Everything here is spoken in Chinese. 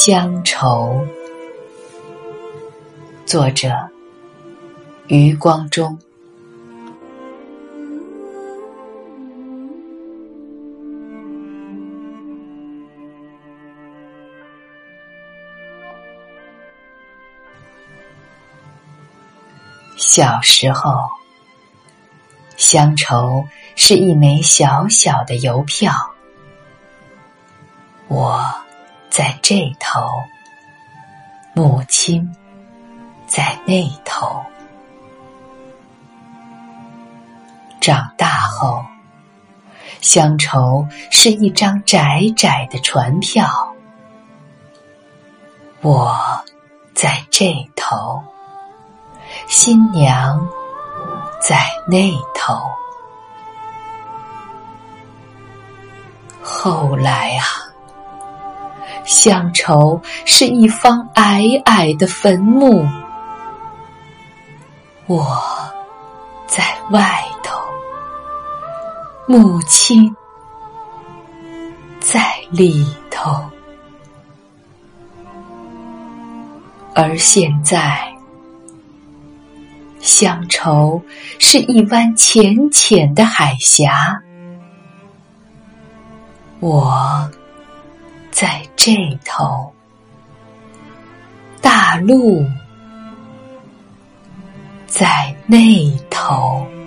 乡愁。作者余光中。小时候，乡愁是一枚小小的邮票，我在这头，母亲在那头。长大后，乡愁是一张窄窄的船票，我在这头，新娘在那头。后来啊，乡愁是一方矮矮的坟墓，我在外头，母亲在里头。而现在，乡愁是一湾浅浅的海峡，我在这头，大陆在那头。